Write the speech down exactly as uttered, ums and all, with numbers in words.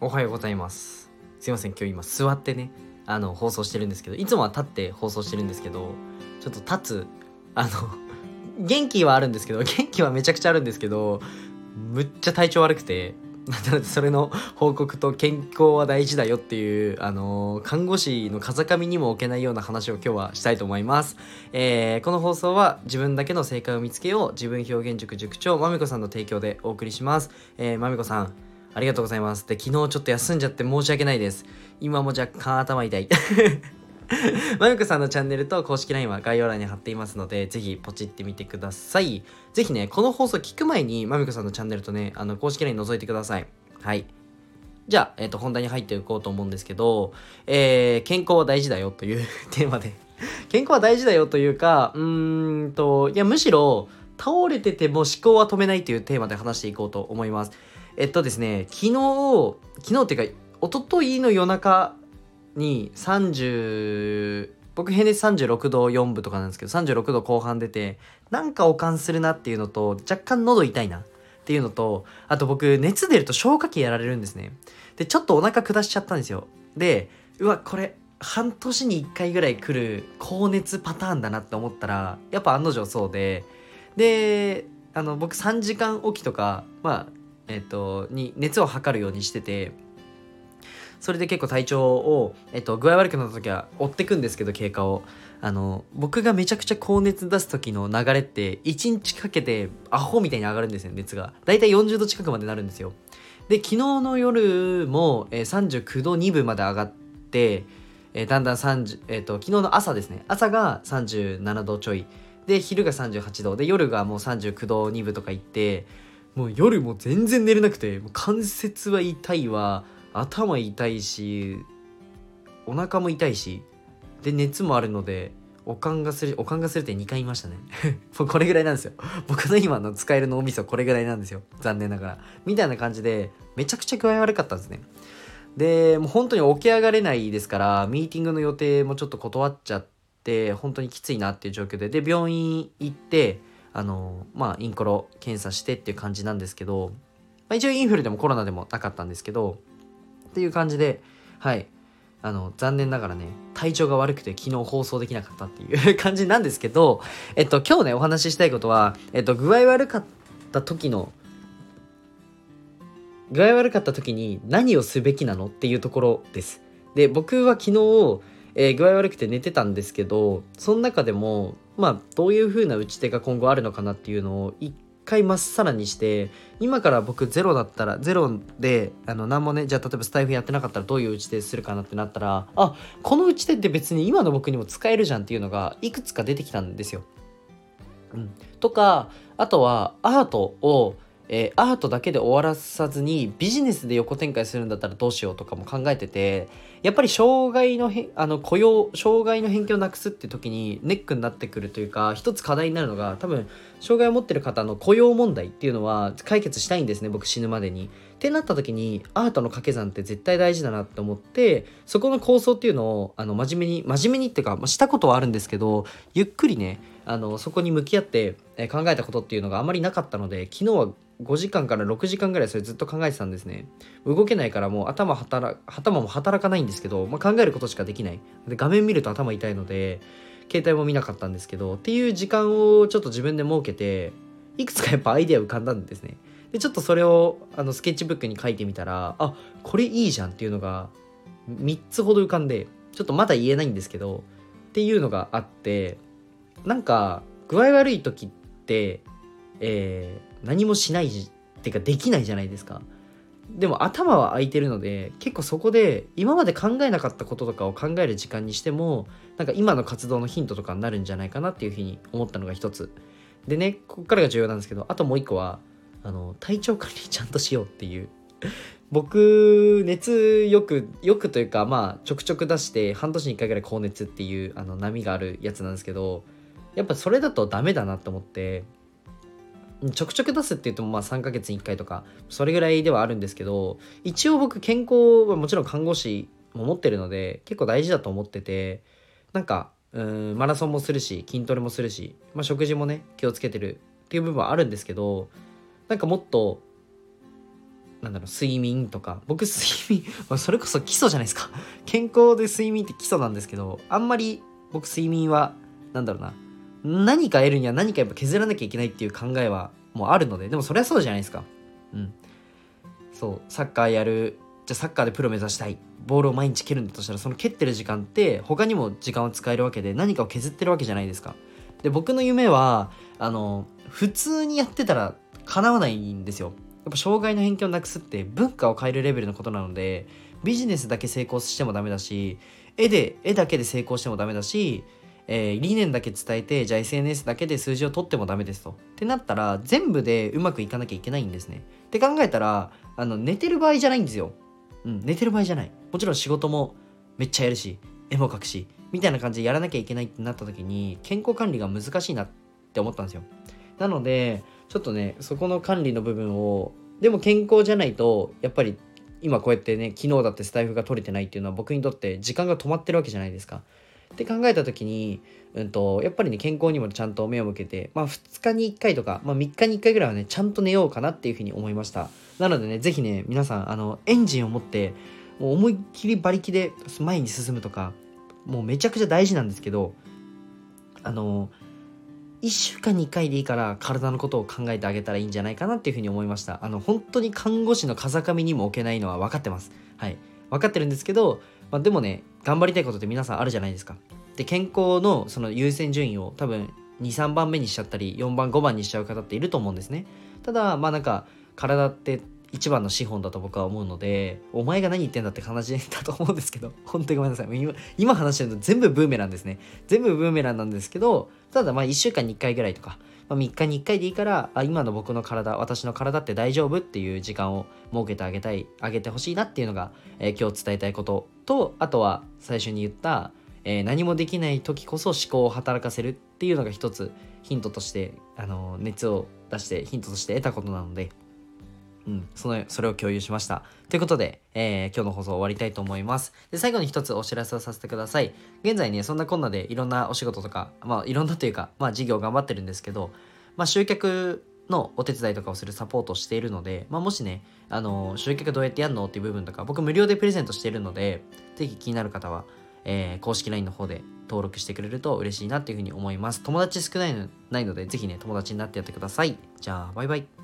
おはようございます。すいません、今日今座ってねあの放送してるんですけど、いつもは立って放送してるんですけど、ちょっと立つあの元気はあるんですけど元気はめちゃくちゃあるんですけどむっちゃ体調悪くて、なのでそれの報告と健康は大事だよっていう、あの看護師の風上にも置けないような話を今日はしたいと思います。えーこの放送は自分だけの正解を見つけよう自分表現塾塾長まみこさんの提供でお送りします。えー、まみこさんありがとうございます。で、昨日ちょっと休んじゃって申し訳ないです。今も若干頭痛いまゆこさんのチャンネルと公式 ライン は概要欄に貼っていますので、ぜひポチってみてください。ぜひね、この放送聞く前にまみこさんのチャンネルとね、あの公式 ライン 覗いてください。はい。じゃあ、えっと、本題に入っていこうと思うんですけど、えー、健康は大事だよというテーマで健康は大事だよというか、うーんと、いや、むしろ、倒れてても思考は止めないというテーマで話していこうと思います。えっとですね、昨日、昨日っていうか、一昨日の夜中にさんじゅう、僕平熱さんじゅうろくどよんぶとかなんですけど、さんじゅうろくど後半出て、なんか悪寒するなっていうのと、若干喉痛いなっていうのと、あと僕、熱出ると消化器やられるんですね。で、ちょっとお腹下しちゃったんですよ。で、うわ、これ、半年にいっかいぐらい来る高熱パターンだなって思ったら、やっぱ案の定そうで、で、あの、僕さんじかんおきとか、まあ、えっと、に熱を測るようにしてて、それで結構体調を、えっと、具合悪くなった時は追ってくんですけど、経過を。あの、僕がめちゃくちゃ高熱出す時の流れって、いちにちかけてアホみたいに上がるんですよ、熱が。だいたいよんじゅうど近くまでなるんですよ。で、昨日の夜も、えー、さんじゅうきゅうどにぶまで上がって、えー、だんだんさんじゅう、えっと、昨日の朝ですね。朝がさんじゅうななどちょい。で、昼がさんじゅうはちど。で、夜がもうさんじゅうきゅうどにぶとか行って、もう夜も全然寝れなくて、もう関節は痛いわ、頭痛いし、お腹も痛いし、で、熱もあるので、おかんがする、おかんがするってにかい言いましたね。もうこれぐらいなんですよ。僕の今の使える脳みそこれぐらいなんですよ。残念ながら。みたいな感じで、めちゃくちゃ具合悪かったんですね。で、もう本当に起き上がれないですから、ミーティングの予定もちょっと断っちゃって、本当にきついなっていう状況で、で、病院行って、あの、まあ、インコロ検査してっていう感じなんですけど、まあ、一応インフルでもコロナでもなかったんですけど、っていう感じで、はい。あの、残念ながらね、体調が悪くて昨日放送できなかったっていう感じなんですけど、えっと、今日ね、お話ししたいことは、えっと、具合悪かった時の、具合悪かった時に何をすべきなのっていうところです。で、僕は昨日、えー具合悪くて寝てたんですけど、その中でも、まあ、どういう風な打ち手が今後あるのかなっていうのを一回まっさらにして、今から僕ゼロだったら、ゼロで、あの、なんもね、じゃあ例えばスタイフやってなかったらどういう打ち手するかなってなったら、あ、この打ち手って別に今の僕にも使えるじゃんっていうのがいくつか出てきたんですよ。うん、とか、あとはアートを、えーアートだけで終わらさずにビジネスで横展開するんだったらどうしようとかも考えてて、やっぱり障害のへあの雇用障害の偏見をなくすって時にネックになってくるというか、一つ課題になるのが、多分障害を持ってる方の雇用問題っていうのは解決したいんですね、僕死ぬまでに。ってなった時にアートの掛け算って絶対大事だなって思って、そこの構想っていうのをあの真面目に真面目にっていうか、まあ、したことはあるんですけど、ゆっくりね、あのそこに向き合って、えー考えたことっていうのがあまりなかったので、昨日はごじかんからろくじかんぐらいそれずっと考えてたんですね。動けないからもう頭働頭も働かないんですけど、まあ、考えることしかできない。で、画面見ると頭痛いので携帯も見なかったんですけど、っていう時間をちょっと自分で設けて、いくつかやっぱアイデア浮かんだんですね。で、ちょっとそれをあのスケッチブックに書いてみたら、あ、これいいじゃんっていうのがみっつほど浮かんで、ちょっとまだ言えないんですけどっていうのがあって、なんか具合悪い時って、えー何もしないっていうかできないじゃないですか。でも頭は空いてるので、結構そこで今まで考えなかったこととかを考える時間にしても、なんか今の活動のヒントとかになるんじゃないかなっていうふうに思ったのが一つでね。ここからが重要なんですけど、あともう一個は、あの体調管理ちゃんとしようっていう。僕熱よくよくというか、まあちょくちょく出して半年にいっかいぐらい高熱っていうあの波があるやつなんですけど、やっぱそれだとダメだなと思って、ちょくちょく出すって言ってもまあさんかげつにいっかいとかそれぐらいではあるんですけど、一応僕健康はもちろん看護師も持ってるので結構大事だと思ってて、なんかうーんマラソンもするし筋トレもするし、まあ、食事もね気をつけてるっていう部分はあるんですけど、なんかもっとなんだろう睡眠とか、僕睡眠それこそ基礎じゃないですか健康で睡眠って基礎なんですけど、あんまり僕睡眠はなんだろうな、何か得るには何かやっぱ削らなきゃいけないっていう考えはもうあるので、でもそれはそうじゃないですか。うんそうサッカーやる、じゃあサッカーでプロ目指したい、ボールを毎日蹴るんだとしたら、その蹴ってる時間って他にも時間を使えるわけで、何かを削ってるわけじゃないですか。で僕の夢はあの普通にやってたら叶わないんですよ。やっぱ障害の偏見をなくすって文化を変えるレベルのことなので、ビジネスだけ成功してもダメだし、絵で絵だけで成功してもダメだし、えー理念だけ伝えてじゃあ エスエヌエス だけで数字を取ってもダメですとってなったら、全部でうまくいかなきゃいけないんですね。って考えたら、あの寝てる場合じゃないんですよ。うん寝てる場合じゃない。もちろん仕事もめっちゃやるし、絵も描くしみたいな感じでやらなきゃいけないってなった時に、健康管理が難しいなって思ったんですよ。なのでちょっとね、そこの管理の部分を、でも健康じゃないとやっぱり今こうやってね、昨日だってスタイフが取れてないっていうのは僕にとって時間が止まってるわけじゃないですか。って考えた時に、うんと、やっぱりね、健康にもちゃんと目を向けて、まあふつかにいっかいとか、まあみっかにいっかいぐらいはね、ちゃんと寝ようかなっていうふうに思いました。なのでね、ぜひね、皆さん、あの、エンジンを持って、もう思いっきり馬力で前に進むとか、もうめちゃくちゃ大事なんですけど、あの、いっしゅうかんにいっかいでいいから体のことを考えてあげたらいいんじゃないかなっていうふうに思いました。あの、本当に看護師の風上にも置けないのは分かってます。はい。分かってるんですけど、まあ、でもね、頑張りたいことって皆さんあるじゃないですか。で、健康のその優先順位を多分に、さんばんめにしちゃったり、よんばん、ごばんにしちゃう方っていると思うんですね。ただ、まあなんか、体って一番の資本だと僕は思うので、お前が何言ってんだって話だと思うんですけど、本当にごめんなさい。今、今話してるの全部ブーメランですね。全部ブーメランなんですけど、ただまあいっしゅうかんにいっかいぐらいとか、まあ、みっかにいっかいでいいから、あ、今の僕の体、私の体って大丈夫っていう時間を設けてあげたい、あげてほしいなっていうのが、えー今日伝えたいことと、あとは最初に言った、えー何もできない時こそ思考を働かせるっていうのが一つヒントとして、あのー熱を出してヒントとして得たことなので、うん、そのそれを共有しました。ということで、えー今日の放送終わりたいと思います。で、最後に一つお知らせをさせてください。現在ね、そんなこんなでいろんなお仕事とか、まあいろんなというか、まあ事業頑張ってるんですけど、まあ集客のお手伝いとかをするサポートをしているので、まあもしね、あのー集客どうやってやるのっていう部分とか、僕無料でプレゼントしているので、ぜひ気になる方は、えー公式 ライン の方で登録してくれると嬉しいなっていうふうに思います。友達少ないのないので、ぜひね、友達になってやってください。じゃあ、バイバイ。